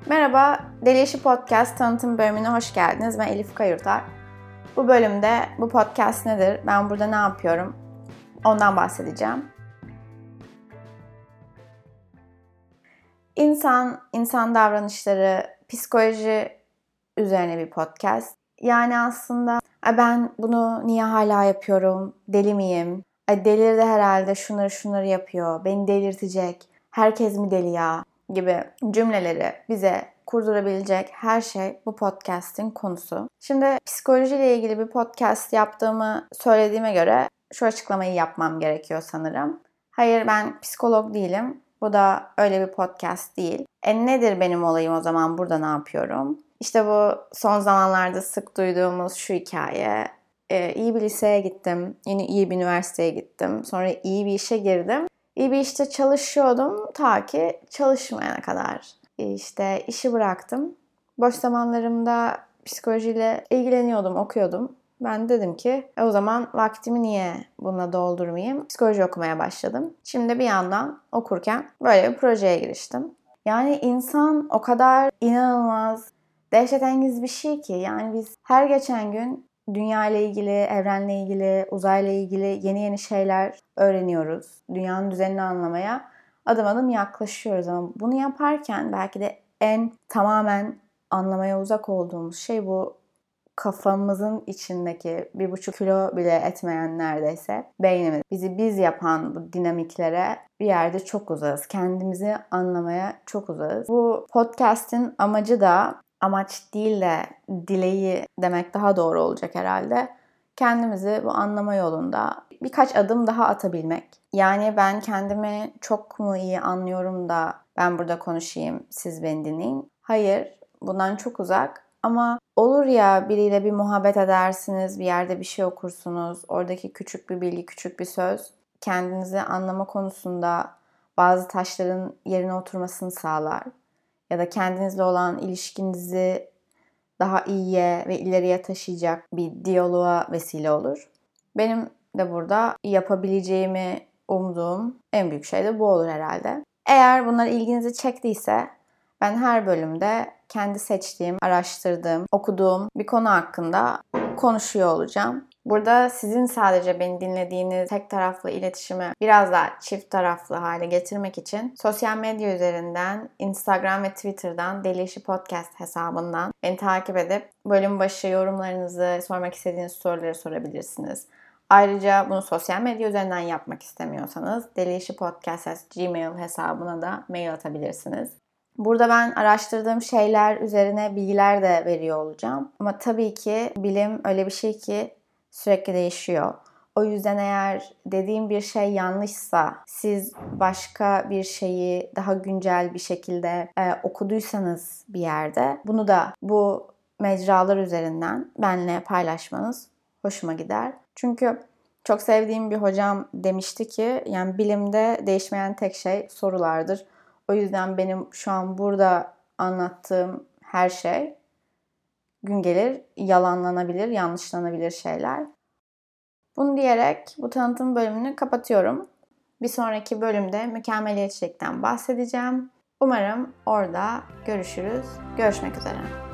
Merhaba, Deli İşi Podcast tanıtım bölümüne hoş geldiniz. Ben Elif Kayurtar. Bu bölümde bu podcast nedir, ben burada ne yapıyorum, ondan bahsedeceğim. İnsan davranışları, psikoloji üzerine bir podcast. Yani aslında ben bunu niye hala yapıyorum, deli miyim, delirdi herhalde şunları yapıyor, beni delirtecek, herkes mi deli ya gibi cümleleri bize kurdurabilecek her şey bu podcast'in konusu. Şimdi psikolojiyle ilgili bir podcast yaptığımı söylediğime göre şu açıklamayı yapmam gerekiyor sanırım. Hayır, ben psikolog değilim. Bu da öyle bir podcast değil. Nedir benim olayım o zaman, burada ne yapıyorum? İşte bu son zamanlarda sık duyduğumuz şu hikaye. İyi bir liseye gittim, yine iyi bir üniversiteye gittim, sonra iyi bir işe girdim. İyi bir işte çalışıyordum ta ki çalışmayana kadar. İşte işi bıraktım. Boş zamanlarımda psikolojiyle ilgileniyordum, okuyordum. Ben dedim ki o zaman vaktimi niye bununla doldurmayayım? Psikoloji okumaya başladım. Şimdi bir yandan okurken böyle bir projeye giriştim. Yani insan o kadar inanılmaz, dehşetengiz bir şey ki. Yani biz her geçen gün dünya ile ilgili, evrenle ilgili, uzayla ilgili yeni şeyler öğreniyoruz. Dünyanın düzenini anlamaya adım adım yaklaşıyoruz. Ama bunu yaparken belki de tamamen anlamaya uzak olduğumuz şey bu kafamızın içindeki 1,5 kilo bile etmeyen neredeyse beynimiz. Bizi biz yapan bu dinamiklere bir yerde çok uzağız. Kendimizi anlamaya çok uzağız. Bu podcast'in amacı da, amaç değil de dileği demek daha doğru olacak herhalde, kendimizi bu anlama yolunda birkaç adım daha atabilmek. Yani ben kendimi çok mu iyi anlıyorum da ben burada konuşayım, siz beni dinleyin? Hayır, bundan çok uzak. Ama olur ya, biriyle bir muhabbet edersiniz, bir yerde bir şey okursunuz, oradaki küçük bir bilgi, küçük bir söz kendinizi anlama konusunda bazı taşların yerine oturmasını sağlar. Ya da kendinizle olan ilişkinizi daha iyiye ve ileriye taşıyacak bir diyaloğa vesile olur. Benim de burada yapabileceğimi umduğum en büyük şey de bu olur herhalde. Eğer bunlar ilginizi çektiyse ben her bölümde kendi seçtiğim, araştırdığım, okuduğum bir konu hakkında konuşuyor olacağım. Burada sizin sadece beni dinlediğiniz tek taraflı iletişimi biraz daha çift taraflı hale getirmek için sosyal medya üzerinden, Instagram ve Twitter'dan Deli İşi Podcast hesabından beni takip edip bölüm başı yorumlarınızı, sormak istediğiniz soruları sorabilirsiniz. Ayrıca bunu sosyal medya üzerinden yapmak istemiyorsanız delişipodcast@gmail hesabına da mail atabilirsiniz. Burada ben araştırdığım şeyler üzerine bilgiler de veriyor olacağım. Ama tabii ki bilim öyle bir şey ki sürekli değişiyor. O yüzden eğer dediğim bir şey yanlışsa, siz başka bir şeyi daha güncel bir şekilde okuduysanız bir yerde, bunu da bu mecralar üzerinden benimle paylaşmanız hoşuma gider. Çünkü çok sevdiğim bir hocam demişti ki, yani bilimde değişmeyen tek şey sorulardır. O yüzden benim şu an burada anlattığım her şey gün gelir yalanlanabilir, yanlışlanabilir şeyler. Bunu diyerek bu tanıtım bölümünü kapatıyorum. Bir sonraki bölümde mükemmeliyetçilikten bahsedeceğim. Umarım orada görüşürüz. Görüşmek üzere.